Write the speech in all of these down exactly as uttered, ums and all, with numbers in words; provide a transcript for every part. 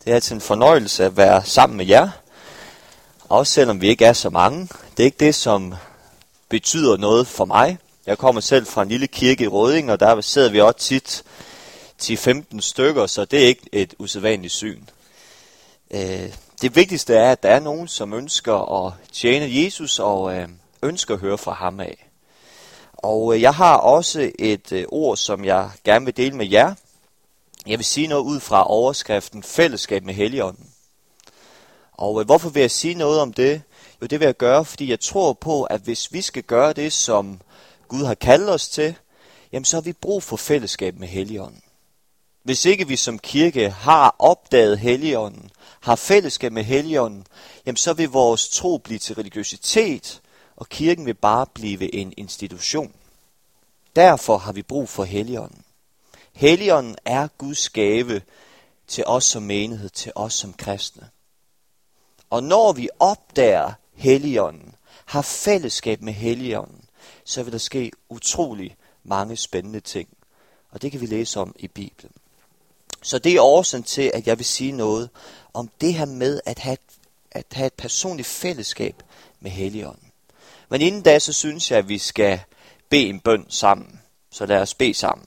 Det er altid en fornøjelse at være sammen med jer, også selvom vi ikke er så mange. Det er ikke det, som betyder noget for mig. Jeg kommer selv fra en lille kirke i Rødding, og der sidder vi også tit ti til femten stykker, så det er ikke et usædvanligt syn. Det vigtigste er, at der er nogen, som ønsker at tjene Jesus og ønsker at høre fra ham af. Og jeg har også et ord, som jeg gerne vil dele med jer. Jeg vil sige noget ud fra overskriften Fællesskab med Helligånden. Og hvorfor vil jeg sige noget om det? Jo, det vil jeg gøre, fordi jeg tror på, at hvis vi skal gøre det, som Gud har kaldt os til, jamen så har vi brug for fællesskab med Helligånden. Hvis ikke vi som kirke har opdaget Helligånden, har fællesskab med Helligånden, jamen så vil vores tro blive til religiøsitet, og kirken vil bare blive en institution. Derfor har vi brug for Helligånden. Helligånden er Guds gave til os som menighed, til os som kristne. Og når vi opdager Helligånden, har fællesskab med Helligånden, så vil der ske utrolig mange spændende ting. Og det kan vi læse om i Bibelen. Så det er årsagen til, at jeg vil sige noget om det her med at have, at have et personligt fællesskab med Helligånden. Men inden da, så synes jeg, at vi skal bede en bøn sammen. Så lad os bede sammen.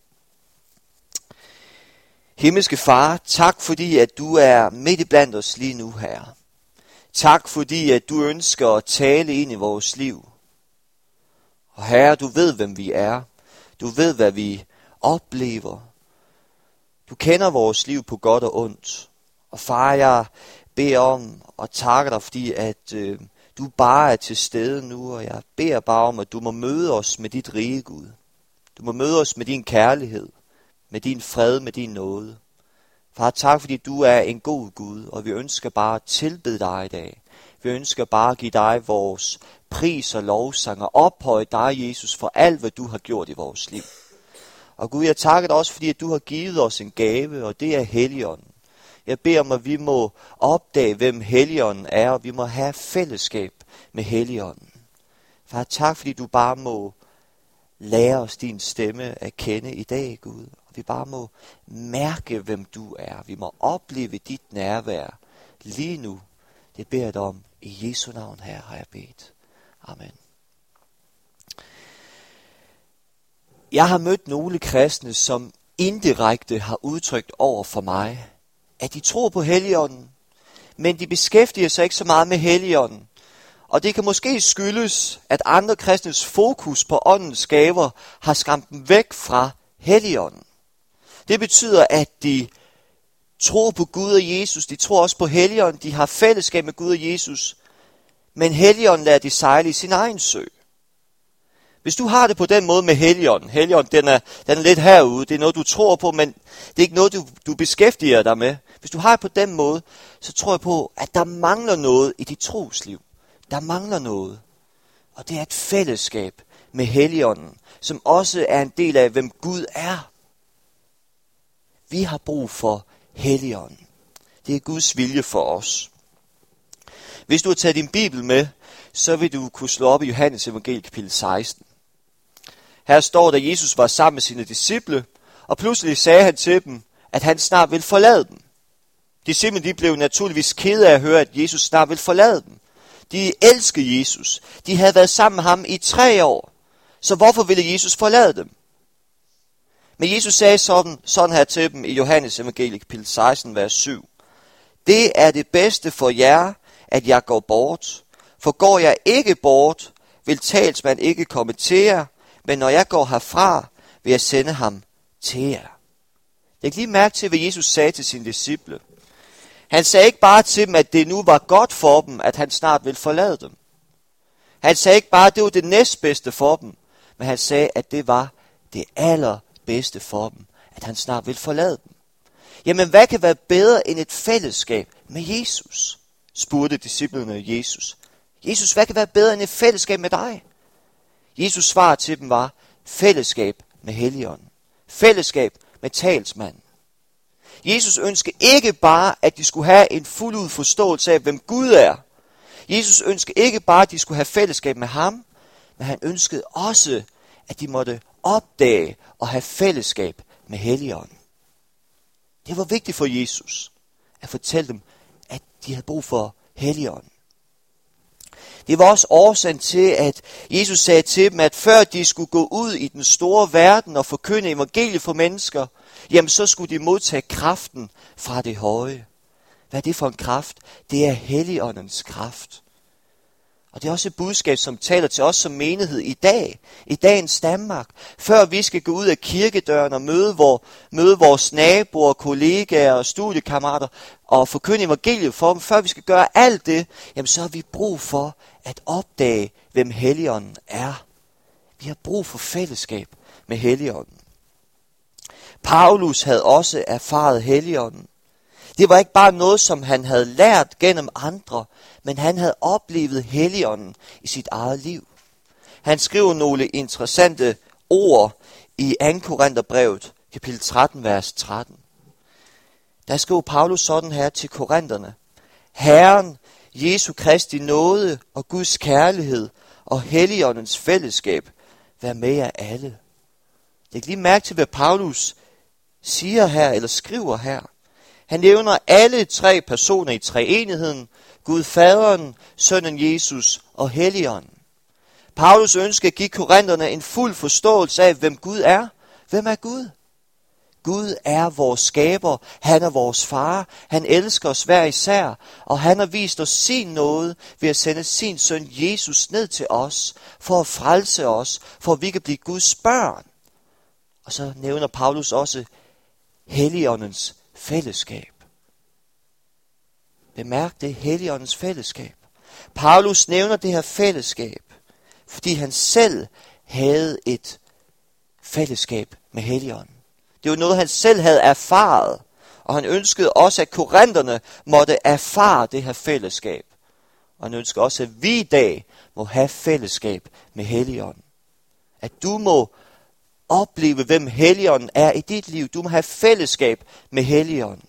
Himmelske Far, tak fordi, at du er midt i blandt os lige nu, Herre. Tak fordi, at du ønsker at tale ind i vores liv. Og Herre, du ved, hvem vi er. Du ved, hvad vi oplever. Du kender vores liv på godt og ondt. Og Far, jeg beder om og takker dig, fordi at øh, du bare er til stede nu. Og jeg beder bare om, at du må møde os med dit rige, Gud. Du må møde os med din kærlighed, med din fred, med din nåde. Far, tak fordi du er en god Gud, og vi ønsker bare at tilbede dig i dag. Vi ønsker bare at give dig vores pris og lovsang og ophøje dig, Jesus, for alt, hvad du har gjort i vores liv. Og Gud, jeg takker dig også, fordi at du har givet os en gave, og det er Helligånden. Jeg beder om, at vi må opdage, hvem Helligånden er, og vi må have fællesskab med Helligånden. Far, tak fordi du bare må lære os din stemme at kende i dag, Gud. Og vi bare må mærke, hvem du er. Vi må opleve dit nærvær lige nu. Det beder jeg dig om. I Jesu navn, Herre, har jeg bedt. Amen. Jeg har mødt nogle kristne, som indirekte har udtrykt over for mig, at de tror på Helligånden, men de beskæftiger sig ikke så meget med Helligånden. Og det kan måske skyldes, at andre kristnes fokus på åndens gaver har skræmt dem væk fra Helligånden. Det betyder, at de tror på Gud og Jesus, de tror også på Helligånden, de har fællesskab med Gud og Jesus, men Helligånden lader de sejle i sin egen sø. Hvis du har det på den måde med Helligånden, Helligånden den er, den er lidt herude, det er noget du tror på, men det er ikke noget du, du beskæftiger dig med. Hvis du har det på den måde, så tror jeg på, at der mangler noget i dit trosliv. Der mangler noget, og det er et fællesskab med Helligånden, som også er en del af, hvem Gud er. Vi har brug for Helligånden. Det er Guds vilje for os. Hvis du har taget din bibel med, så vil du kunne slå op i Johannes evangeliet kapitel seksten. Her står der, at Jesus var sammen med sine disciple, og pludselig sagde han til dem, at han snart ville forlade dem. Disciplene de blev naturligvis kede af at høre, at Jesus snart ville forlade dem. De elskede Jesus. De havde været sammen med ham i tre år. Så hvorfor ville Jesus forlade dem? Men Jesus sagde sådan, sådan her til dem i Johannes evangeliet kapitel seksten, vers syv. Det er det bedste for jer, at jeg går bort. For går jeg ikke bort, vil talsmand ikke komme til jer. Men når jeg går herfra, vil jeg sende ham til jer. Jeg kan lige mærke til, hvad Jesus sagde til sine disciple. Han sagde ikke bare til dem, at det nu var godt for dem, at han snart ville forlade dem. Han sagde ikke bare, at det var det næstbedste for dem, men han sagde, at det var det allerbedste for dem, at han snart ville forlade dem. Jamen, hvad kan være bedre end et fællesskab med Jesus? Spurgte disciplene Jesus. Jesus, hvad kan være bedre end et fællesskab med dig? Jesus svar til dem var, fællesskab med Helligånden. Fællesskab med talsmanden. Jesus ønskede ikke bare, at de skulle have en fuld ud forståelse af, hvem Gud er. Jesus ønskede ikke bare, at de skulle have fællesskab med ham, men han ønskede også, at de måtte opdage og have fællesskab med Helligånden. Det var vigtigt for Jesus, at fortælle dem, at de havde brug for Helligånden. Det var også årsagen til, at Jesus sagde til dem, at før de skulle gå ud i den store verden og forkynde evangeliet for mennesker, jamen så skulle de modtage kraften fra det høje. Hvad er det for en kraft? Det er Helligåndens kraft. Og det er også et budskab, som taler til os som menighed i dag, i dagens Danmark. Før vi skal gå ud af kirkedøren og møde, vor, møde vores naboer, kollegaer og studiekammerater og forkynde evangeliet for dem, før vi skal gøre alt det, jamen så har vi brug for at opdage, hvem Helligånden er. Vi har brug for fællesskab med Helligånden. Paulus havde også erfaret Helligånden. Det var ikke bare noget, som han havde lært gennem andre, men han havde oplevet Helligånden i sit eget liv. Han skriver nogle interessante ord i anden Korintherbrevet, kapitel tretten, vers tretten. Der skriver Paulus sådan her til korinterne: Herren, Jesu Kristi nåde og Guds kærlighed og Helligåndens fællesskab, vær med jer alle. Det kan lige mærke til, hvad Paulus siger her, eller skriver her. Han nævner alle tre personer i treenigheden, Gud Faderen, Sønnen Jesus og Helligånden. Paulus ønsker at give korinterne en fuld forståelse af, hvem Gud er. Hvem er Gud? Gud er vores skaber, han er vores far, han elsker os hver især, og han har vist os sin nåde ved at sende sin søn Jesus ned til os, for at frelse os, for at vi kan blive Guds børn. Og så nævner Paulus også Helligåndens fællesskab. Bemærk det, Helligåndens fællesskab. Paulus nævner det her fællesskab, fordi han selv havde et fællesskab med Helligånden. Det var noget, han selv havde erfaret, og han ønskede også, at korinterne måtte erfare det her fællesskab. Og han ønsker også, at vi i dag må have fællesskab med Helligånden. At du må opleve, hvem Helligånden er i dit liv. Du må have fællesskab med Helligånden.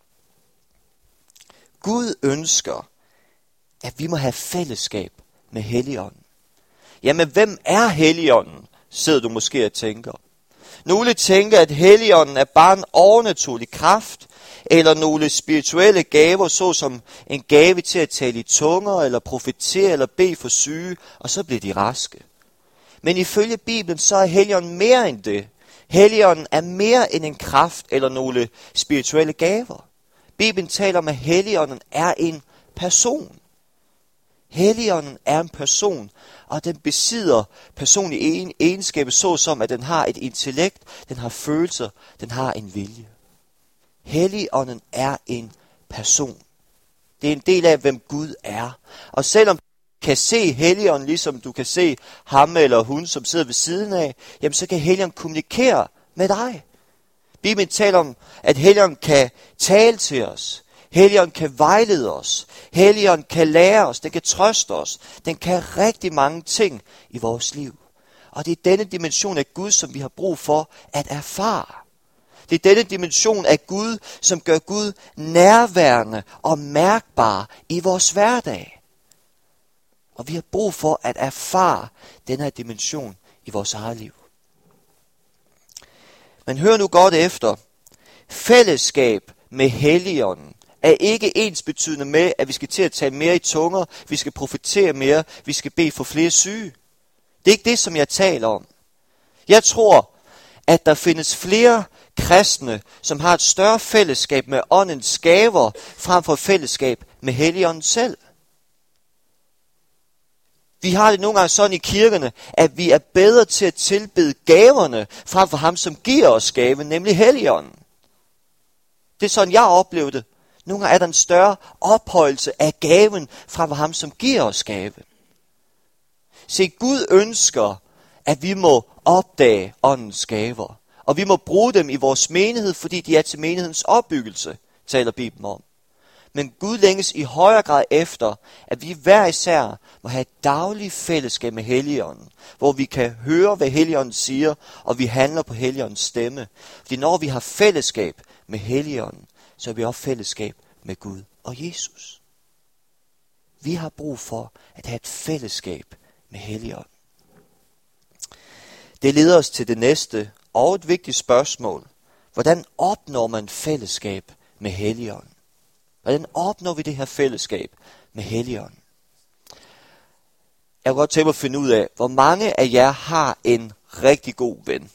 Gud ønsker, at vi må have fællesskab med Helligånden. Jamen, hvem er Helligånden, sidder du måske og tænker. Nogle tænker, at Helligånden er bare en overnaturlig kraft, eller nogle spirituelle gaver, såsom en gave til at tale i tunger, eller profetere, eller bede for syge, og så bliver de raske. Men ifølge Bibelen, så er Helligånden mere end det. Helligånden er mere end en kraft, eller nogle spirituelle gaver. Bibelen taler om, at Helligånden er en person. Helligånden er en person, og den besidder personlige egenskaber, såsom at den har et intellekt, den har følelser, den har en vilje. Helligånden er en person. Det er en del af, hvem Gud er. Og selvom du kan se Helligånden, ligesom du kan se ham eller hun, som sidder ved siden af, jamen så kan Helligånden kommunikere med dig. Bibelen taler om, at Helligånden kan tale til os. Helligånden kan vejlede os. Helligånden kan lære os. Den kan trøste os. Den kan rigtig mange ting i vores liv. Og det er denne dimension af Gud, som vi har brug for at erfare. Det er denne dimension af Gud, som gør Gud nærværende og mærkbar i vores hverdag. Og vi har brug for at erfare denne her dimension i vores eget liv. Men hør nu godt efter. Fællesskab med Helligånden er ikke ensbetydende med, at vi skal til at tale mere i tunger, vi skal profetere mere, vi skal bede for flere syge. Det er ikke det, som jeg taler om. Jeg tror, at der findes flere kristne, som har et større fællesskab med åndens gaver, frem for fællesskab med Helligånden selv. Vi har det nogle gange sådan i kirkerne, at vi er bedre til at tilbede gaverne, frem for ham, som giver os gaven, nemlig Helligånden. Det er sådan, jeg oplevede det. Nogle gange er der en større ophøjelse af gaven, frem for ham, som giver os gaven. Se, Gud ønsker, at vi må opdage åndens gaver. Og vi må bruge dem i vores menighed, fordi de er til menighedens opbyggelse, taler Bibelen om. Men Gud længes i højere grad efter, at vi hver især må have et dagligt fællesskab med Helligånden, hvor vi kan høre, hvad Helligånden siger, og vi handler på Helligåndens stemme. Fordi når vi har fællesskab med Helligånden, så har vi også fællesskab med Gud og Jesus. Vi har brug for at have et fællesskab med Helligånden. Det leder os til det næste og et vigtigt spørgsmål. Hvordan opnår man fællesskab med Helligånden? Hvordan opnår vi det her fællesskab med Helligånden? Jeg kunne godt tænke mig at finde ud af, hvor mange af jer har en rigtig god ven.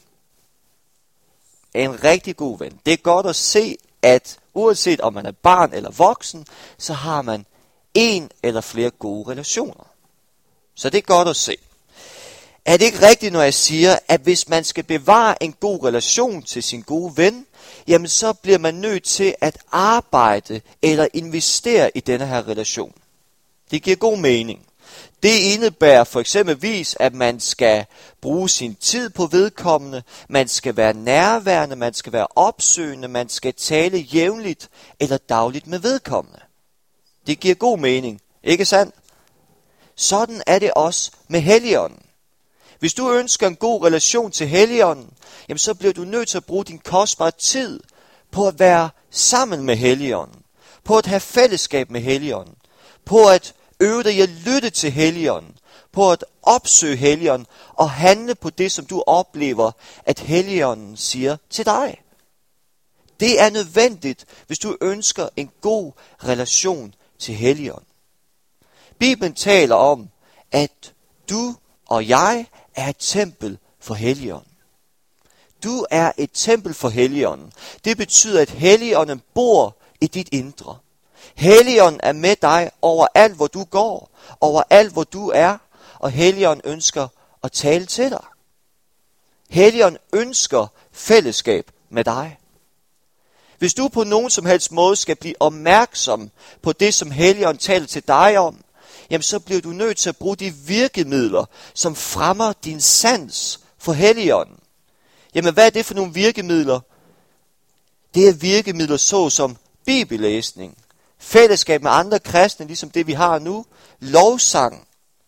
En rigtig god ven. Det er godt at se, at uanset om man er barn eller voksen, så har man en eller flere gode relationer. Så det er godt at se. Er det ikke rigtigt, når jeg siger, at hvis man skal bevare en god relation til sin gode ven, jamen så bliver man nødt til at arbejde eller investere i denne her relation. Det giver god mening. Det indebærer for eksempelvis, at man skal bruge sin tid på vedkommende, man skal være nærværende, man skal være opsøgende, man skal tale jævnligt eller dagligt med vedkommende. Det giver god mening, ikke sandt? Sådan er det også med Helligånden. Hvis du ønsker en god relation til Helligånden, jamen så bliver du nødt til at bruge din kostbare tid på at være sammen med Helligånden, på at have fællesskab med Helligånden, på at øve dig i at lytte til Helligånden, på at opsøge Helligånden og handle på det, som du oplever, at Helligånden siger til dig. Det er nødvendigt, hvis du ønsker en god relation til Helligånden. Bibelen taler om, at du og jeg er et tempel for Helligånden. Du er et tempel for Helligånden. Det betyder, at Helligånden bor i dit indre. Helligånden er med dig overalt, hvor du går, overalt, hvor du er, og Helligånden ønsker at tale til dig. Helligånden ønsker fællesskab med dig. Hvis du på nogen som helst måde skal blive opmærksom på det, som Helligånden taler til dig om, jamen så bliver du nødt til at bruge de virkemidler, som fremmer din sans for Helligånden. Jamen hvad er det for nogle virkemidler? Det er virkemidler såsom bibellæsning, fællesskab med andre kristne, ligesom det vi har nu, lovsang,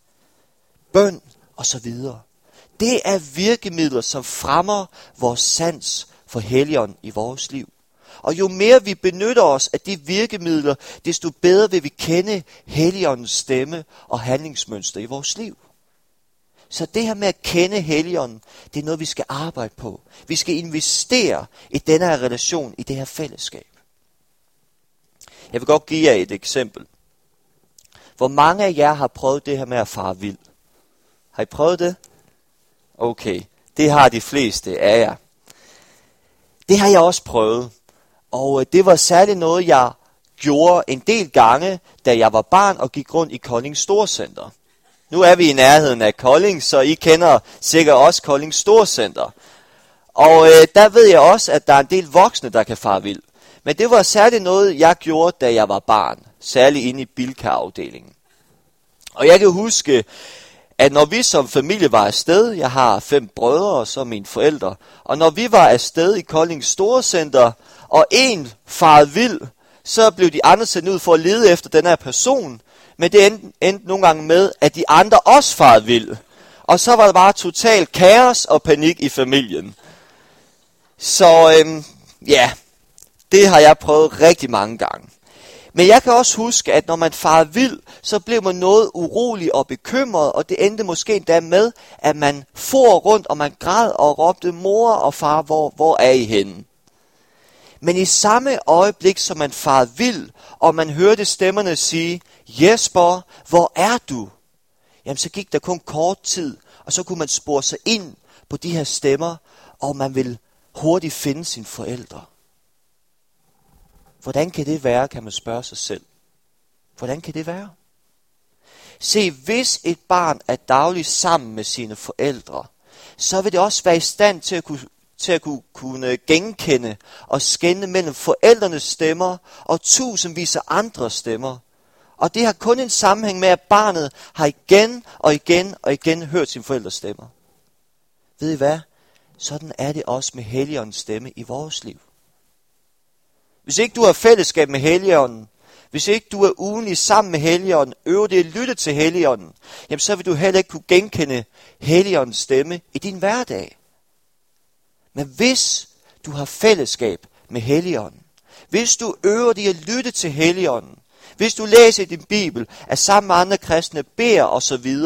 bøn osv. Det er virkemidler, som fremmer vores sans for Helligånden i vores liv. Og jo mere vi benytter os af de virkemidler, desto bedre vil vi kende Helligåndens stemme og handlingsmønster i vores liv. Så det her med at kende Helligånden, det er noget, vi skal arbejde på. Vi skal investere i denne her relation, i det her fællesskab. Jeg vil godt give jer et eksempel. Hvor mange af jer har prøvet det her med at fare vild? Har I prøvet det? Okay, det har de fleste af jer. Det har jeg også prøvet. Og det var særligt noget, jeg gjorde en del gange, da jeg var barn og gik rundt i Kolding Storcenter. Nu er vi i nærheden af Kolding, så I kender sikkert også Kolding Storcenter. Og øh, der ved jeg også, at der er en del voksne, der kan fare vild. Men det var særligt noget, jeg gjorde, da jeg var barn. Særligt inde i Bilka-afdelingen. Og jeg kan huske, at når vi som familie var afsted, jeg har fem brødre og så mine forældre, og når vi var afsted i Kolding Storcenter, og en farede vild, så blev de andre sendt ud for at lede efter den her person, men det endte, endte nogle gange med, at de andre også farede vild. Og så var der bare total kaos og panik i familien. Så øhm, ja, det har jeg prøvet rigtig mange gange. Men jeg kan også huske, at når man farede vild, så blev man noget urolig og bekymret, og det endte måske endda med, at man for rundt, og man græd og råbte, mor og far, hvor, hvor er I henne? Men i samme øjeblik, som man farede vild, og man hørte stemmerne sige, Jesper, hvor er du? Jamen så gik der kun kort tid, og så kunne man spore sig ind på de her stemmer, og man ville hurtigt finde sine forældre. Hvordan kan det være, kan man spørge sig selv. Hvordan kan det være? Se, hvis et barn er dagligt sammen med sine forældre, så vil det også være i stand til at kunne, til at kunne, kunne genkende og skelne mellem forældrenes stemmer og tusindvis af andre stemmer. Og det har kun en sammenhæng med, at barnet har igen og igen og igen hørt sine forældres stemmer. Ved I hvad? Sådan er det også med Helligåndens stemme i vores liv. Hvis ikke du har fællesskab med Helligånden, hvis ikke du er ugenlig sammen med Helligånden, øver det at lytte til Helligånden, jamen så vil du heller ikke kunne genkende Helligåndens stemme i din hverdag. Men hvis du har fællesskab med Helligånden, hvis du øver dig at lytte til Helligånden, hvis du læser i din Bibel, at sammen med andre kristne beder osv.,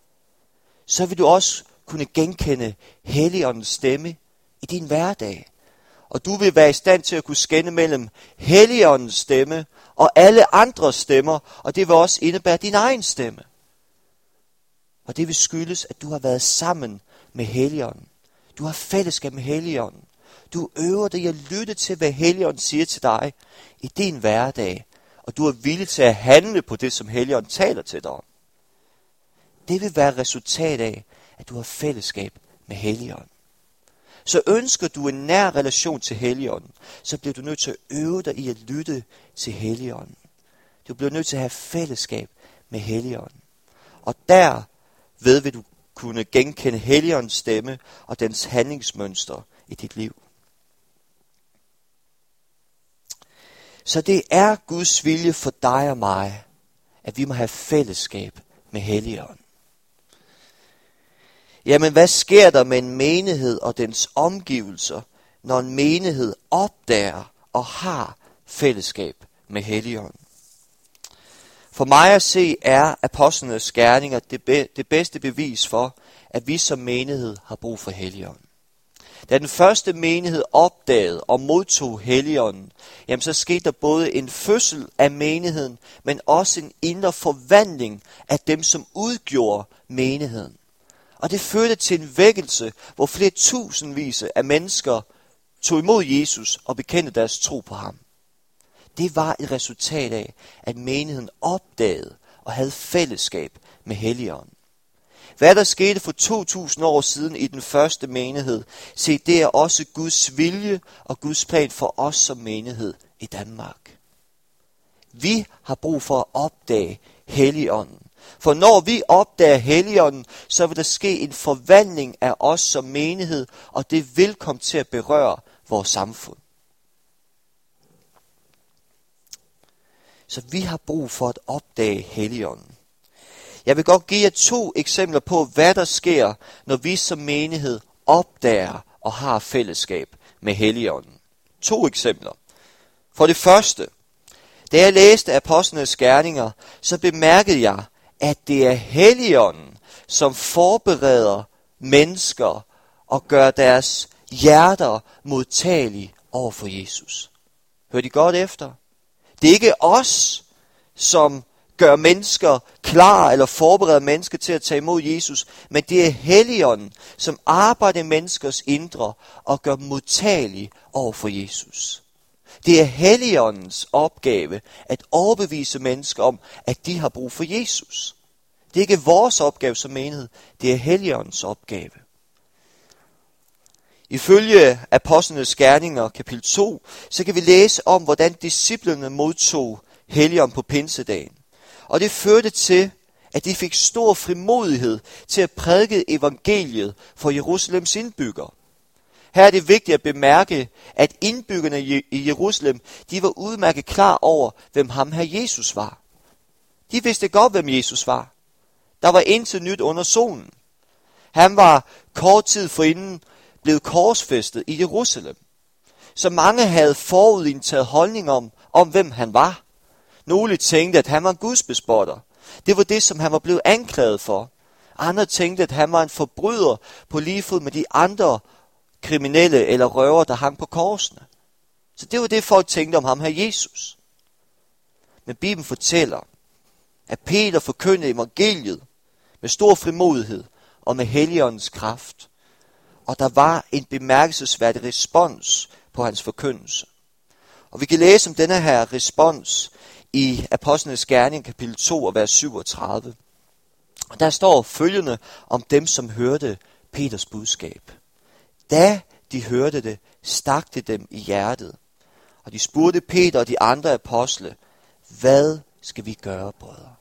så vil du også kunne genkende Helligåndens stemme i din hverdag. Og du vil være i stand til at kunne skelne mellem Helligåndens stemme og alle andre stemmer, og det vil også indebære din egen stemme. Og det vil skyldes, at du har været sammen med Helligånden. Du har fællesskab med Helligånden. Du øver dig i at lytte til, hvad Helligånden siger til dig i din hverdag, og du er villig til at handle på det, som Helligånden taler til dig om. Det vil være resultat af, at du har fællesskab med Helligånden. Så ønsker du en nær relation til Helligånden, så bliver du nødt til at øve dig i at lytte til Helligånden. Du bliver nødt til at have fællesskab med Helligånden. Og derved vil du kunne genkende Helligåndens stemme og dens handlingsmønster i dit liv. Så det er Guds vilje for dig og mig, at vi må have fællesskab med Helligånden. Jamen, hvad sker der med en menighed og dens omgivelser, når en menighed opdager og har fællesskab med Helligånden? For mig at se er apostlenes gerninger det, be- det bedste bevis for, at vi som menighed har brug for Helligånden. Da den første menighed opdagede og modtog Helligånden, jamen så skete der både en fødsel af menigheden, men også en indre forvandling af dem, som udgjorde menigheden. Og det førte til en vækkelse, hvor flere tusindvis af mennesker tog imod Jesus og bekendte deres tro på ham. Det var et resultat af, at menigheden opdagede og havde fællesskab med Helligånden. Hvad der skete for to tusind år siden i den første menighed, se, det er også Guds vilje og Guds plan for os som menighed i Danmark. Vi har brug for at opdage Helligånden. For når vi opdager Helligånden, så vil der ske en forvandling af os som menighed, og det vil komme til at berøre vores samfund. Så vi har brug for at opdage Helligånden. Jeg vil godt give jer to eksempler på, hvad der sker, når vi som menighed opdager og har fællesskab med Helligånden. To eksempler. For det første, da jeg læste apostlenes gerninger, så bemærkede jeg, at det er Helligånden, som forbereder mennesker og gør deres hjerter modtagelige over for Jesus. Hør de godt efter? Det er ikke os, som gør mennesker klar eller forbereder mennesker til at tage imod Jesus, men det er Helligånden, som arbejder i menneskers indre og gør dem modtagelige over for Jesus. Det er Helligåndens opgave at overbevise mennesker om, at de har brug for Jesus. Det er ikke vores opgave som menighed, det er Helligåndens opgave. Ifølge Apostlenes Gerninger, kapitel to, så kan vi læse om, hvordan disciplene modtog Helligånden på pinsedagen. Og det førte til, at de fik stor frimodighed til at prædike evangeliet for Jerusalems indbyggere. Her er det vigtigt at bemærke, at indbyggerne i Jerusalem, de var udmærket klar over, hvem ham her Jesus var. De vidste godt, hvem Jesus var. Der var intet nyt under solen. Han var kort tid forinden blevet korsfæstet i Jerusalem. Så mange havde forudindtaget holdning om, om hvem han var. Nogle tænkte, at han var en gudsbespotter. Det var det, som han var blevet anklaget for. Andre tænkte, at han var en forbryder på lige fod med de andre kriminelle eller røver, der hang på korsene. Så det var det, folk tænkte om ham her Jesus. Men Bibelen fortæller, at Peter forkyndte evangeliet med stor frimodighed og med Helligåndens kraft. Og der var en bemærkelsesværdig respons på hans forkyndelse. Og vi kan læse om denne her respons i Apostlenes Gerninger, kapitel to, og vers syvogtredive. Og der står følgende om dem, som hørte Peters budskab. Da de hørte det, stak det dem i hjertet. Og de spurgte Peter og de andre apostle, hvad skal vi gøre, brødre?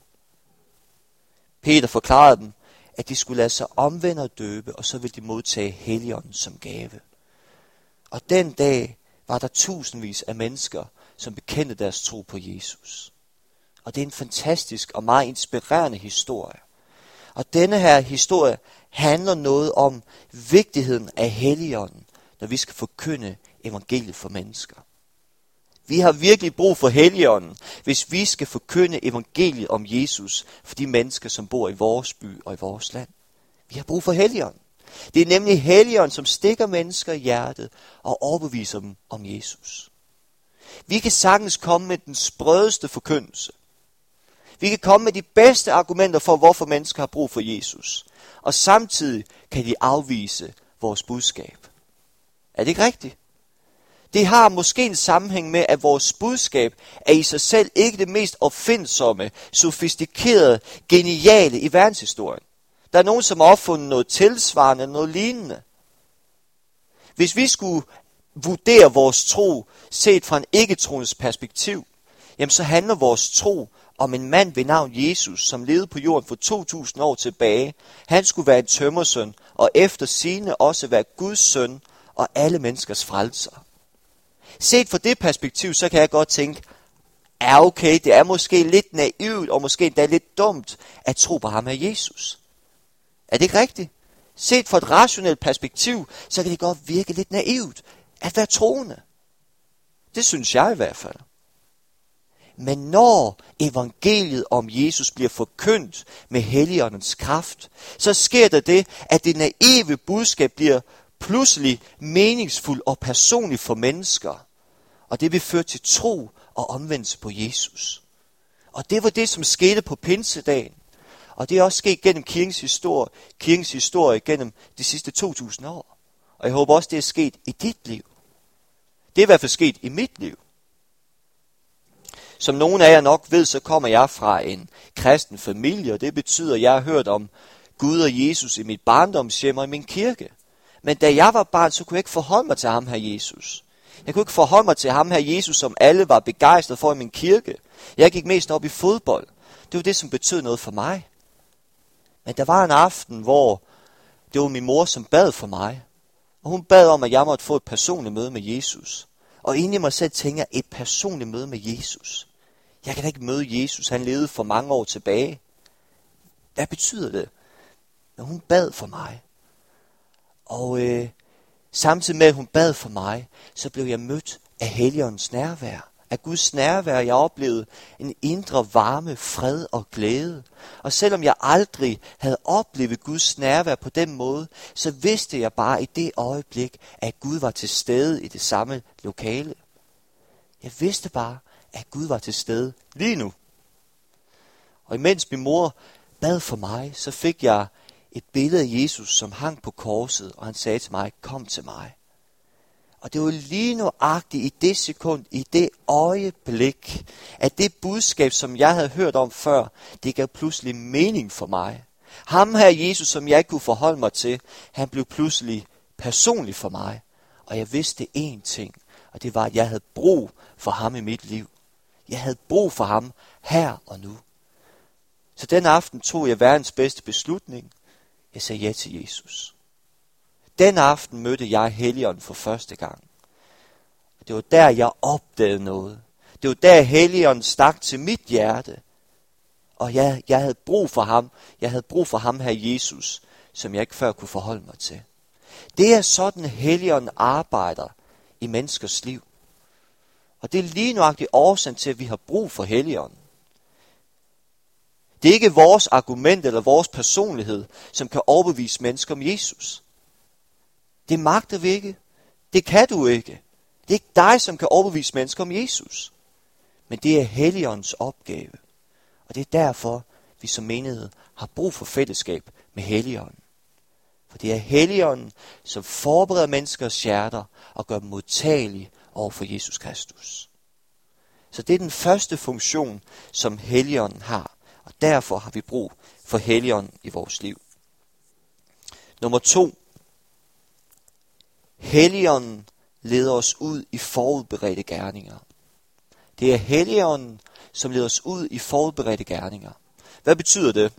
Peter forklarede dem, at de skulle lade sig omvende og døbe, og så ville de modtage Helligånden som gave. Og den dag var der tusindvis af mennesker, som bekendte deres tro på Jesus. Og det er en fantastisk og meget inspirerende historie. Og denne her historie handler noget om vigtigheden af Helligånden, når vi skal forkynde evangeliet for mennesker. Vi har virkelig brug for Helligånden, hvis vi skal forkynde evangeliet om Jesus for de mennesker, som bor i vores by og i vores land. Vi har brug for Helligånden. Det er nemlig Helligånden, som stikker mennesker i hjertet og overbeviser dem om Jesus. Vi kan sagtens komme med den sprødeste forkyndelse. Vi kan komme med de bedste argumenter for, hvorfor mennesker har brug for Jesus. Og samtidig kan de afvise vores budskab. Er det ikke rigtigt? Det har måske en sammenhæng med, at vores budskab er i sig selv ikke det mest opfindsomme, sofistikerede, geniale i verdenshistorien. Der er nogen, som har opfundet noget tilsvarende, noget lignende. Hvis vi skulle vurdere vores tro set fra en ikke-troendes perspektiv, jamen så handler vores tro om en mand ved navn Jesus, som levede på jorden for to tusind år tilbage. Han skulle være en tømmersøn, og efter sigende også være Guds søn og alle menneskers frelser. Set fra det perspektiv, så kan jeg godt tænke, ja okay, det er måske lidt naivt, og måske endda lidt dumt, at tro på ham her Jesus. Er det ikke rigtigt? Set fra et rationelt perspektiv, så kan det godt virke lidt naivt at være troende. Det synes jeg i hvert fald. Men når evangeliet om Jesus bliver forkyndt med Helligåndens kraft, så sker der det, at det naive budskab bliver pludselig meningsfuldt og personligt for mennesker. Og det vil føre til tro og omvendelse på Jesus. Og det var det, som skete på pinsedagen. Og det er også sket gennem kirkens historie, kirkens historie gennem de sidste to tusind år. Og jeg håber også, det er sket i dit liv. Det er i hvert fald sket i mit liv. Som nogen af jer nok ved, så kommer jeg fra en kristen familie, og det betyder, at jeg har hørt om Gud og Jesus i mit barndomshjem og i min kirke. Men da jeg var barn, så kunne jeg ikke forholde mig til ham her Jesus. Jeg kunne ikke forholde mig til ham her Jesus, som alle var begejstret for i min kirke. Jeg gik mest op i fodbold. Det var det, som betød noget for mig. Men der var en aften, hvor det var min mor, som bad for mig. Og hun bad om, at jeg måtte få et personligt møde med Jesus. Og inde i mig selv tænker jeg, et personligt møde med Jesus. Jeg kan da ikke møde Jesus, han levede for mange år tilbage. Hvad betyder det? Når hun bad for mig. Og øh, samtidig med, at hun bad for mig, så blev jeg mødt af Helligåndens nærvær. Af Guds nærvær. Jeg oplevede en indre varme, fred og glæde. Og selvom jeg aldrig havde oplevet Guds nærvær på den måde, så vidste jeg bare i det øjeblik, at Gud var til stede i det samme lokale. Jeg vidste bare, at Gud var til stede lige nu. Og imens min mor bad for mig, så fik jeg et billede af Jesus, som hang på korset, og han sagde til mig, kom til mig. Og det var lige nøjagtigt i det sekund, i det øjeblik, at det budskab, som jeg havde hørt om før, det gav pludselig mening for mig. Ham her Jesus, som jeg ikke kunne forholde mig til, han blev pludselig personlig for mig. Og jeg vidste én ting, og det var, at jeg havde brug for ham i mit liv. Jeg havde brug for ham her og nu. Så den aften tog jeg verdens bedste beslutning. Jeg sagde ja til Jesus. Den aften mødte jeg Helligånden for første gang. Det var der, jeg opdagede noget. Det var der, Helligånden stak til mit hjerte. Og jeg, jeg havde brug for ham. Jeg havde brug for ham her Jesus, som jeg ikke før kunne forholde mig til. Det er sådan, Helligånden arbejder i menneskers liv. Og det er lige nøjagtigt årsagen til, at vi har brug for Helligånden. Det er ikke vores argument eller vores personlighed, som kan overbevise mennesker om Jesus. Det magter vi ikke. Det kan du ikke. Det er ikke dig, som kan overbevise mennesker om Jesus. Men det er Helligåndens opgave. Og det er derfor, vi som menighed har brug for fællesskab med Helligånden. For det er Helligånden, som forbereder menneskers hjerter og gør dem modtagelige over for Jesus Kristus. Så det er den første funktion, som Helligånden har. Og derfor har vi brug for Helligånden i vores liv. Nummer to. Helligånden leder os ud i forudberedte gerninger. Det er Helligånden, som leder os ud i forudberedte gerninger. Hvad betyder det?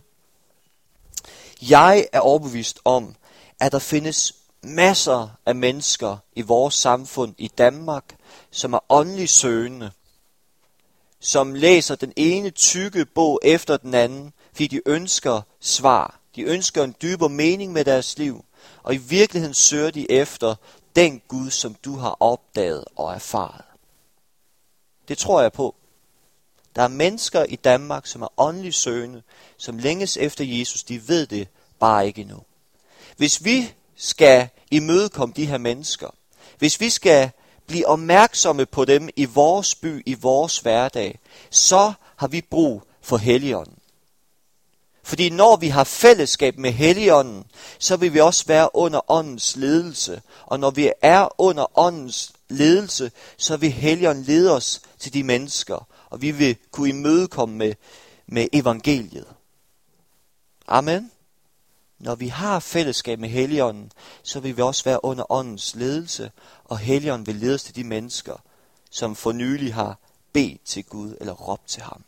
Jeg er overbevist om, at der findes masser af mennesker i vores samfund i Danmark, som er åndeligt søgende, som læser den ene tykke bog efter den anden, fordi de ønsker svar. De ønsker en dybere mening med deres liv, og i virkeligheden søger de efter den Gud, som du har opdaget og erfaret. Det tror jeg på. Der er mennesker i Danmark, som er åndeligt søgende, som længes efter Jesus. De ved det bare ikke endnu. Hvis vi skal imødekomme de her mennesker, hvis vi skal blive opmærksomme på dem i vores by, i vores hverdag, så har vi brug for Helligånden. Fordi når vi har fællesskab med Helligånden, så vil vi også være under åndens ledelse. Og når vi er under åndens ledelse, så vil Helligånden lede os til de mennesker, og vi vil kunne imødekomme med, med evangeliet. Amen. Når vi har fællesskab med Helligånden, så vil vi også være under åndens ledelse, og Helligånden vil lede os til de mennesker, som for nylig har bedt til Gud eller råbt til ham.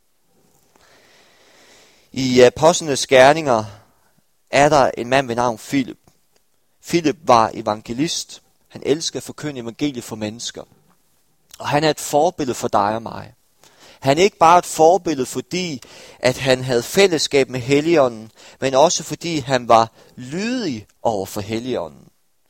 I Apostlenes Gerninger er der en mand ved navn Filip. Filip var evangelist. Han elsker at forkynde evangeliet for mennesker. Og han er et forbillede for dig og mig. Han er ikke bare et forbillede, fordi at han havde fællesskab med Helligånden, men også fordi han var lydig over for Helligånden.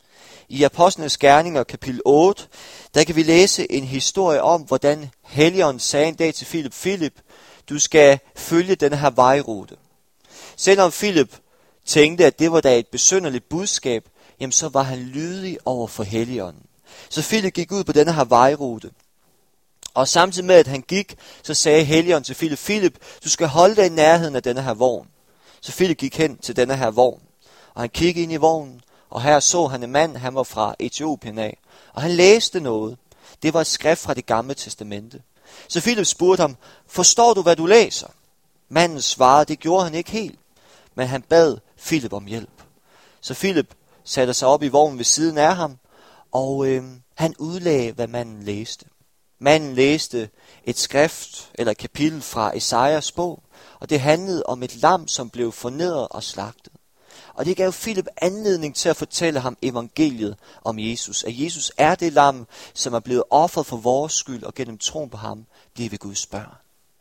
I Apostlenes Gerninger kapitel otte, der kan vi læse en historie om, hvordan Helligånden sagde en dag til Filip, Filip, du skal følge denne her vejrute. Selvom Filip tænkte, at det var da et besynderligt budskab, jamen så var han lydig over for Helligånden. Så Filip gik ud på denne her vejrute. Og samtidig med, at han gik, så sagde Helligånden til Filip, Filip, du skal holde dig i nærheden af denne her vogn. Så Filip gik hen til denne her vogn, og han kiggede ind i vognen, og her så han en mand, han var fra Etiopien af, og han læste noget. Det var et skrift fra det gamle testamente. Så Filip spurgte ham, forstår du, hvad du læser? Manden svarede, det gjorde han ikke helt, men han bad Filip om hjælp. Så Filip satte sig op i vognen ved siden af ham, og øh, han udlagde, hvad manden læste. Manden læste et skrift eller et kapitel fra Esajas bog, og det handlede om et lam, som blev fornedret og slagtet. Og det gav Filip anledning til at fortælle ham evangeliet om Jesus. At Jesus er det lam, som er blevet offret for vores skyld, og gennem troen på ham bliver vi Guds børn.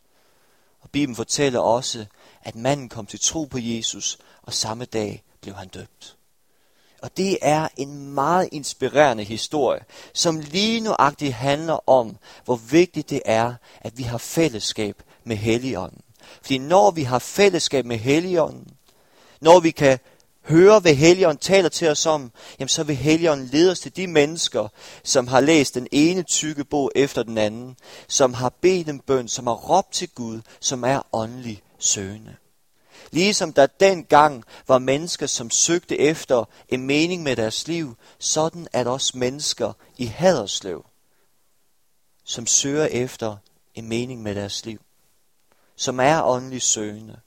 Og Bibelen fortæller også, at manden kom til tro på Jesus, og samme dag blev han døbt. Og det er en meget inspirerende historie, som lige nuagtigt handler om, hvor vigtigt det er, at vi har fællesskab med Helligånden. Fordi når vi har fællesskab med Helligånden, når vi kan høre, hvad Helligånden taler til os om, jamen så vil Helligånden lede os til de mennesker, som har læst den ene tykke bog efter den anden, som har bedt en bøn, som har råbt til Gud, som er åndelig søgende. Ligesom der dengang var mennesker, som søgte efter en mening med deres liv, sådan er der også mennesker i Haderslev, som søger efter en mening med deres liv, som er åndelig søgende,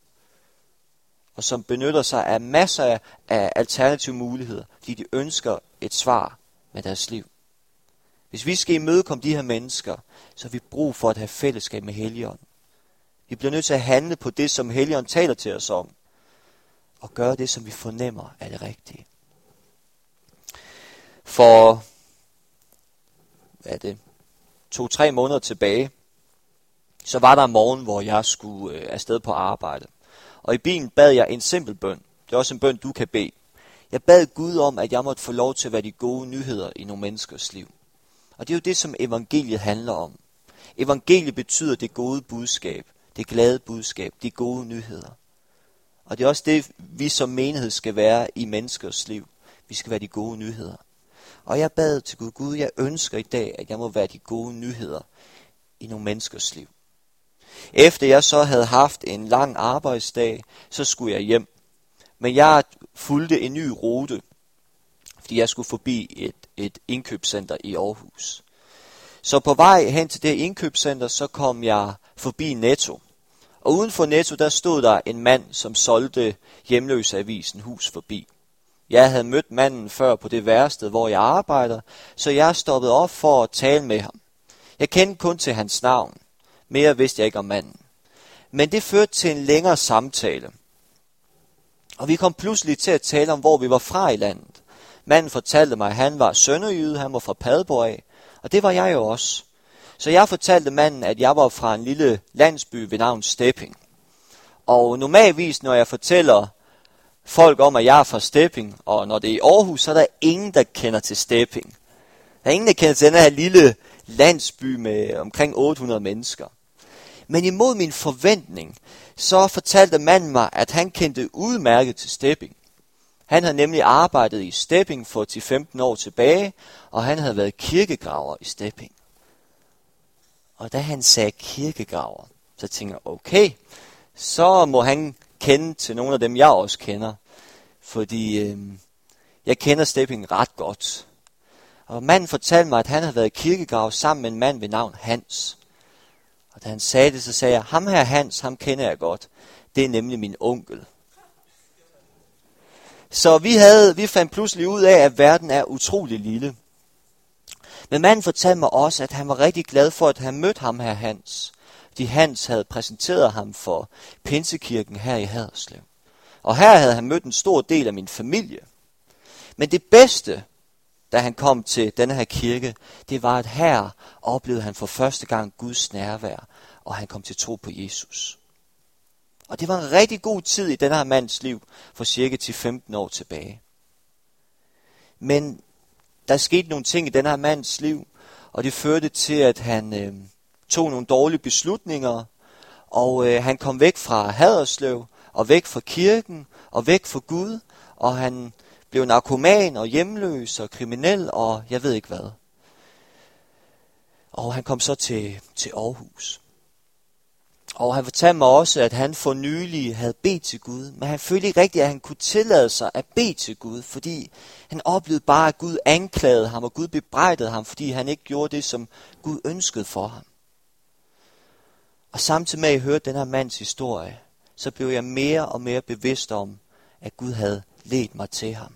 og som benytter sig af masser af alternative muligheder, fordi de ønsker et svar med deres liv. Hvis vi skal imødekomme de her mennesker, så har vi brug for at have fællesskab med Helligånden. Vi bliver nødt til at handle på det, som Helligånden taler til os om, og gøre det, som vi fornemmer er det rigtige. For hvad er det, to-tre måneder tilbage, så var der en morgen, hvor jeg skulle øh, afsted på arbejde. Og i bilen bad jeg en simpel bøn. Det er også en bøn, du kan bede. Jeg bad Gud om, at jeg måtte få lov til at være de gode nyheder i nogle menneskers liv. Og det er jo det, som evangeliet handler om. Evangeliet betyder det gode budskab, det glade budskab, de gode nyheder. Og det er også det, vi som menighed skal være i menneskers liv. Vi skal være de gode nyheder. Og jeg bad til Gud, Gud, jeg ønsker i dag, at jeg må være de gode nyheder i nogle menneskers liv. Efter jeg så havde haft en lang arbejdsdag, så skulle jeg hjem. Men jeg fulgte en ny rute, fordi jeg skulle forbi et, et indkøbscenter i Aarhus. Så på vej hen til det indkøbscenter, så kom jeg forbi Netto. Og uden for Netto, der stod der en mand, som solgte hjemløseavisen Hus Forbi. Jeg havde mødt manden før på det værested, hvor jeg arbejder, så jeg stoppede op for at tale med ham. Jeg kendte kun til hans navn. Mere vidste jeg ikke om manden. Men det førte til en længere samtale. Og vi kom pludselig til at tale om, hvor vi var fra i landet. Manden fortalte mig, at han var sønderjyde, han var fra Padborg af, og det var jeg jo også. Så jeg fortalte manden, at jeg var fra en lille landsby ved navn Stepping. Og normalvis, når jeg fortæller folk om, at jeg er fra Stepping, og når det er i Aarhus, så er der ingen, der kender til Stepping. Der er ingen, der kender til den her lille landsby med omkring otte hundrede mennesker. Men imod min forventning, så fortalte manden mig, at han kendte udmærket til Stepping. Han havde nemlig arbejdet i Stepping for ti til femten år tilbage, og han havde været kirkegraver i Stepping. Og da han sagde kirkegraver, så tænkte jeg, okay, så må han kende til nogle af dem, jeg også kender. Fordi øh, jeg kender Stepping ret godt. Og manden fortalte mig, at han havde været i kirkegrav sammen med en mand ved navn Hans. Og da han sagde det, så sagde jeg, ham her Hans, ham kender jeg godt. Det er nemlig min onkel. Så vi, havde, vi fandt pludselig ud af, at verden er utrolig lille. Men manden fortalte mig også, at han var rigtig glad for, at han mødte ham her Hans. Fordi Hans havde præsenteret ham for Pinsekirken her i Haderslev. Og her havde han mødt en stor del af min familie. Men det bedste, da han kom til denne her kirke, det var, at her oplevede han for første gang Guds nærvær, og han kom til tro på Jesus. Og det var en rigtig god tid i denne her mands liv, for cirka ti til femten år tilbage. Men der skete nogle ting i denne her mands liv, og det førte til, at han øh, tog nogle dårlige beslutninger, og øh, han kom væk fra Haderslev, og væk fra kirken, og væk fra Gud, og han blev narkoman og hjemløs og kriminel, og jeg ved ikke hvad. Og han kom så til, til Aarhus. Og han fortalte mig også, at han for nylig havde bedt til Gud, men han følte ikke rigtigt, at han kunne tillade sig at bede til Gud, fordi han oplevede bare, at Gud anklagede ham, og Gud bebrejdede ham, fordi han ikke gjorde det, som Gud ønskede for ham. Og samtidig med at jeg hørte den her mands historie, så blev jeg mere og mere bevidst om, at Gud havde ledt mig til ham.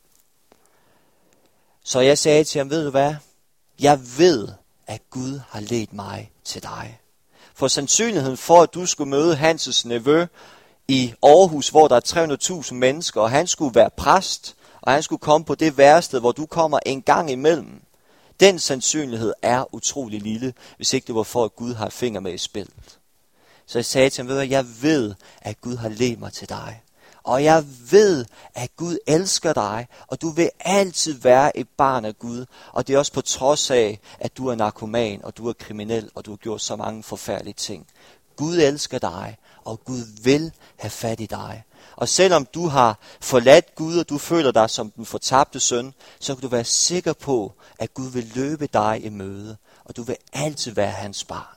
Så jeg sagde til ham, ved du hvad? Jeg ved, at Gud har ledt mig til dig. For sandsynligheden for, at du skulle møde Hans' nevø i Aarhus, hvor der er tre hundrede tusind mennesker, og han skulle være præst, og han skulle komme på det værested, hvor du kommer en gang imellem. Den sandsynlighed er utrolig lille, hvis ikke det var for, at Gud har finger med i spillet. Så jeg sagde til ham, ved du hvad, jeg ved, at Gud har ledt mig til dig. Og jeg ved, at Gud elsker dig, og du vil altid være et barn af Gud. Og det er også på trods af, at du er narkoman, og du er kriminel, og du har gjort så mange forfærdelige ting. Gud elsker dig, og Gud vil have fat i dig. Og selvom du har forladt Gud, og du føler dig som den fortabte søn, så kan du være sikker på, at Gud vil løbe dig i møde, og du vil altid være hans barn.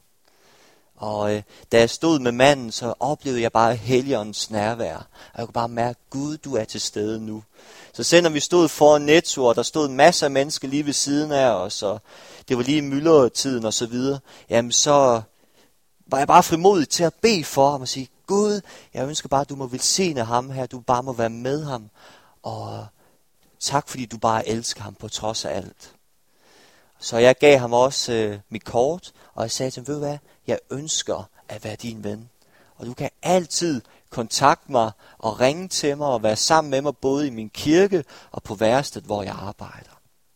Og øh, da jeg stod med manden, så oplevede jeg bare Helligåndens nærvær. Og jeg kunne bare mærke, Gud, du er til stede nu. Så selv når vi stod foran Netto, og der stod masser af mennesker lige ved siden af os, og det var lige myldretiden og så videre, jamen så var jeg bare frimodig til at bede for ham og sige, Gud, jeg ønsker bare, at du må velsigne ham her, du bare må være med ham. Og tak, fordi du bare elsker ham på trods af alt. Så jeg gav ham også øh, mit kort, og jeg sagde til ham, ved du hvad, jeg ønsker at være din ven. Og du kan altid kontakte mig og ringe til mig og være sammen med mig, både i min kirke og på værestedet, hvor jeg arbejder.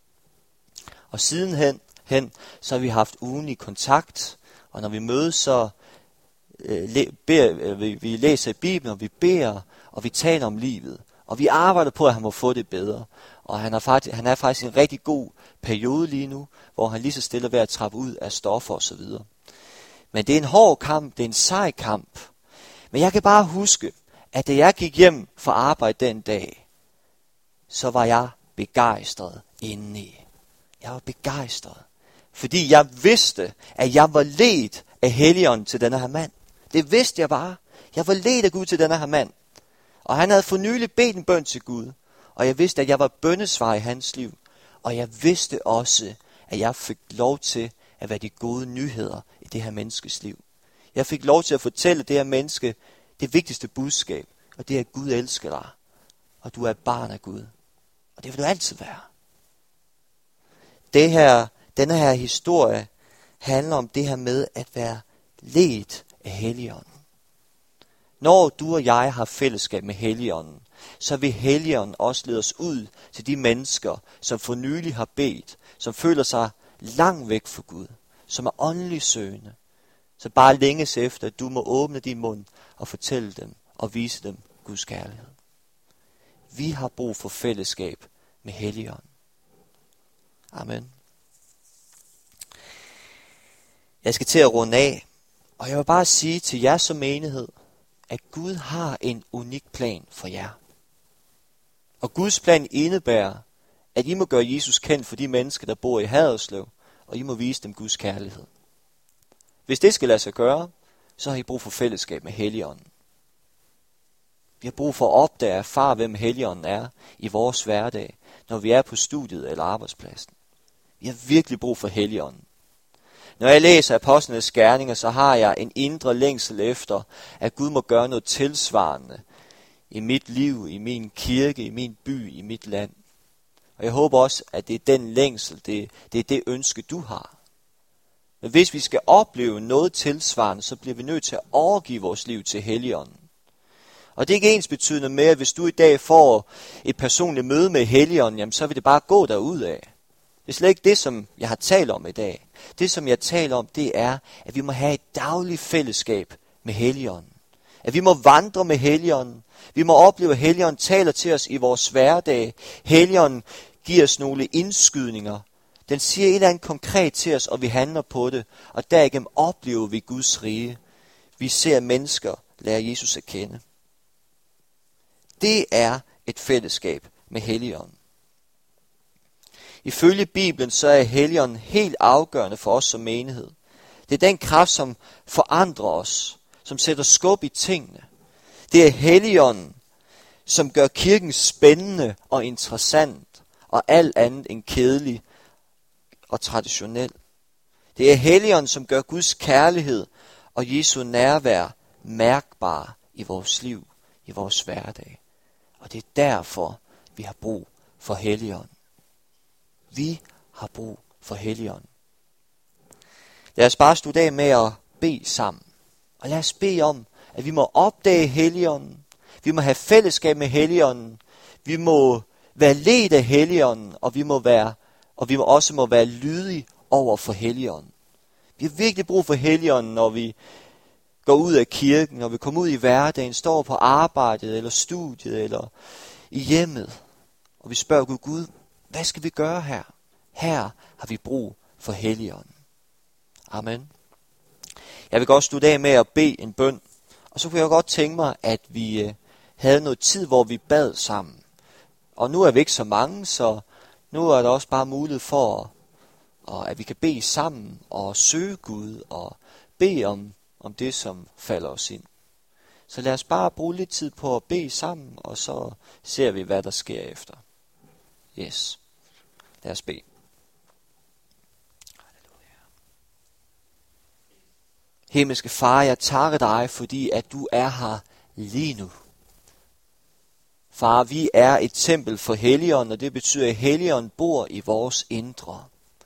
Og sidenhen hen, så har vi haft ugenlig kontakt, og når vi mødes, så øh, læ, beder, øh, vi, vi læser i Bibelen, og vi beder, og vi taler om livet. Og vi arbejder på, at han må få det bedre. Og han er faktisk, han er faktisk i en rigtig god periode lige nu, hvor han lige så stille er ved at trappe ud af stoffer og så videre. Men det er en hård kamp, det er en sej kamp. Men jeg kan bare huske, at da jeg gik hjem fra arbejde den dag, så var jeg begejstret indeni. Jeg var begejstret. Fordi jeg vidste, at jeg var ledt af Helligånden til denne her mand. Det vidste jeg bare. Jeg var ledt af Gud til denne her mand. Og han havde for nylig bedt en bøn til Gud. Og jeg vidste, at jeg var bønnesvar i hans liv. Og jeg vidste også, at jeg fik lov til at være de gode nyheder i det her menneskes liv. Jeg fik lov til at fortælle det her menneske det vigtigste budskab. Og det er, at Gud elsker dig. Og du er et barn af Gud. Og det vil du altid være. Det her, denne her historie handler om det her med at være ledt af Helligånden. Når du og jeg har fællesskab med Helligånden, så vil Helligånden også lede os ud til de mennesker, som for nylig har bedt, som føler sig langt væk fra Gud, som er åndelig søgende. Så bare længes efter, at du må åbne din mund og fortælle dem og vise dem Guds kærlighed. Vi har brug for fællesskab med Helligånden. Amen. Jeg skal til at runde af, og jeg vil bare sige til jer som menighed, at Gud har en unik plan for jer. Og Guds plan indebærer, at I må gøre Jesus kendt for de mennesker, der bor i Haderslev, og I må vise dem Guds kærlighed. Hvis det skal lade sig gøre, så har I brug for fællesskab med Helligånden. Vi har brug for at opdage og erfare, hvem Helligånden er i vores hverdag, når vi er på studiet eller arbejdspladsen. Vi har virkelig brug for Helligånden. Når jeg læser apostlenes gerninger, så har jeg en indre længsel efter, at Gud må gøre noget tilsvarende i mit liv, i min kirke, i min by, i mit land. Og jeg håber også, at det er den længsel, det, det er det ønske, du har. Men hvis vi skal opleve noget tilsvarende, så bliver vi nødt til at overgive vores liv til Helligånden. Og det er ikke ens betydende med, at hvis du i dag får et personligt møde med Helligånden, jamen så vil det bare gå derudad. Det er slet ikke det, som jeg har talt om i dag. Det, som jeg taler om, det er, at vi må have et dagligt fællesskab med Helligånden. At vi må vandre med Helligånden. Vi må opleve, at Helligånden taler til os i vores hverdag. Helligånden giver os nogle indskydninger. Den siger et eller andet konkret til os, og vi handler på det. Og derigennem oplever vi Guds rige. Vi ser mennesker lære Jesus at kende. Det er et fællesskab med Helligånden. Ifølge Bibelen så er Helligånden helt afgørende for os som menighed. Det er den kraft, som forandrer os, som sætter skub i tingene. Det er Helligånden, som gør kirken spændende og interessant, og alt andet end kedelig og traditionel. Det er Helligånden, som gør Guds kærlighed og Jesu nærvær mærkbare i vores liv, i vores hverdag. Og det er derfor, vi har brug for Helligånden. Vi har brug for Helligånden. Lad os bare slutte af med at bede sammen. Og lad os bede om, at vi må opdage Helligånden. Vi må have fællesskab med Helligånden. Vi må være ledt af Helligånden, og vi må være, og vi må også må være lydige over for Helligånden. Vi har virkelig brug for Helligånden, når vi går ud af kirken, når vi kommer ud i hverdagen, står på arbejdet, eller studiet, eller i hjemmet. Og vi spørger Gud, Gud, hvad skal vi gøre her? Her har vi brug for Helligånden. Amen. Jeg vil godt slutte af med at bede en bøn. Og så kunne jeg godt tænke mig, at vi havde noget tid, hvor vi bad sammen. Og nu er vi ikke så mange, så nu er der også bare mulighed for, at vi kan bede sammen og søge Gud og bede om, om det, som falder os ind. Så lad os bare bruge lidt tid på at bede sammen, og så ser vi, hvad der sker efter. Yes. Lad os bede. Himmelske Far, jeg takker dig, fordi at du er her lige nu. Far, vi er et tempel for Helligånden, og det betyder, at Helligånden bor i vores indre.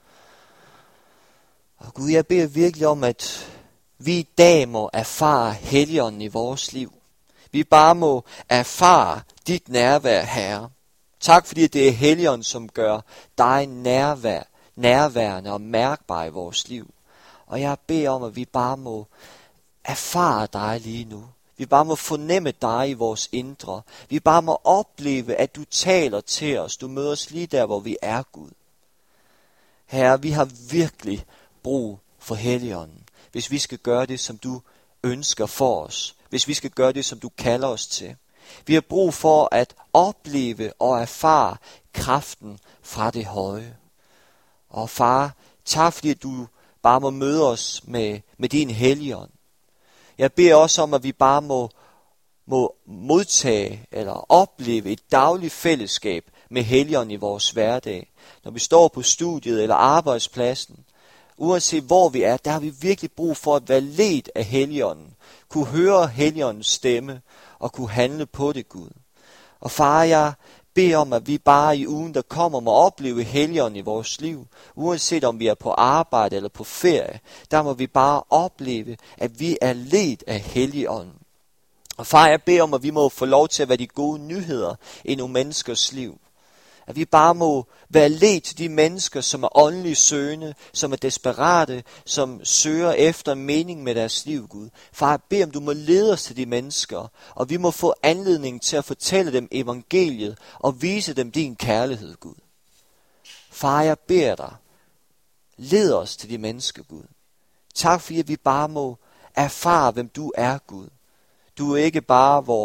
Og Gud, jeg beder virkelig om, at vi i dag må erfare Helligånden i vores liv. Vi bare må erfare dit nærvær, Herre. Tak fordi det er Helligånden, som gør dig nærvær, nærværende og mærkbar i vores liv. Og jeg beder om, at vi bare må erfare dig lige nu. Vi bare må fornemme dig i vores indre. Vi bare må opleve, at du taler til os. Du møder os lige der, hvor vi er, Gud. Herre, vi har virkelig brug for Helligånden, hvis vi skal gøre det, som du ønsker for os. Hvis vi skal gøre det, som du kalder os til. Vi har brug for at opleve og erfare kraften fra det høje. Og far, tak fordi du bare må møde os med, med din Helligånd. Jeg beder også om, at vi bare må, må modtage eller opleve et dagligt fællesskab med Helligånden i vores hverdag. Når vi står på studiet eller arbejdspladsen, uanset hvor vi er, der har vi virkelig brug for at være ledt af Helligånden. Kunne høre Helligåndens stemme og kunne handle på det, Gud. Og far, jeg beder om, at vi bare i ugen, der kommer, må opleve Helligånden i vores liv. Uanset om vi er på arbejde eller på ferie, der må vi bare opleve, at vi er ledt af Helligånden. Og far, jeg beder om, at vi må få lov til at være de gode nyheder i nogle menneskers liv. At vi bare må være ledt til de mennesker, som er åndeligt søgende, som er desperate, som søger efter mening med deres liv, Gud. Far, jeg beder om, du må lede os til de mennesker, og vi må få anledning til at fortælle dem evangeliet og vise dem din kærlighed, Gud. Far, jeg beder dig, led os til de mennesker, Gud. Tak fordi vi bare må erfare, hvem du er, Gud. Du er ikke bare vores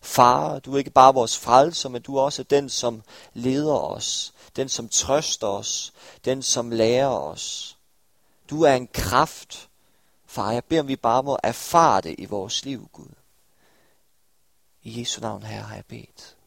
Far, du er ikke bare vores frelser, men du er også den, som leder os. Den, som trøster os. Den, som lærer os. Du er en kraft, far. Jeg beder om, vi bare må erfare det i vores liv, Gud. I Jesu navn, Herre, har jeg bedt.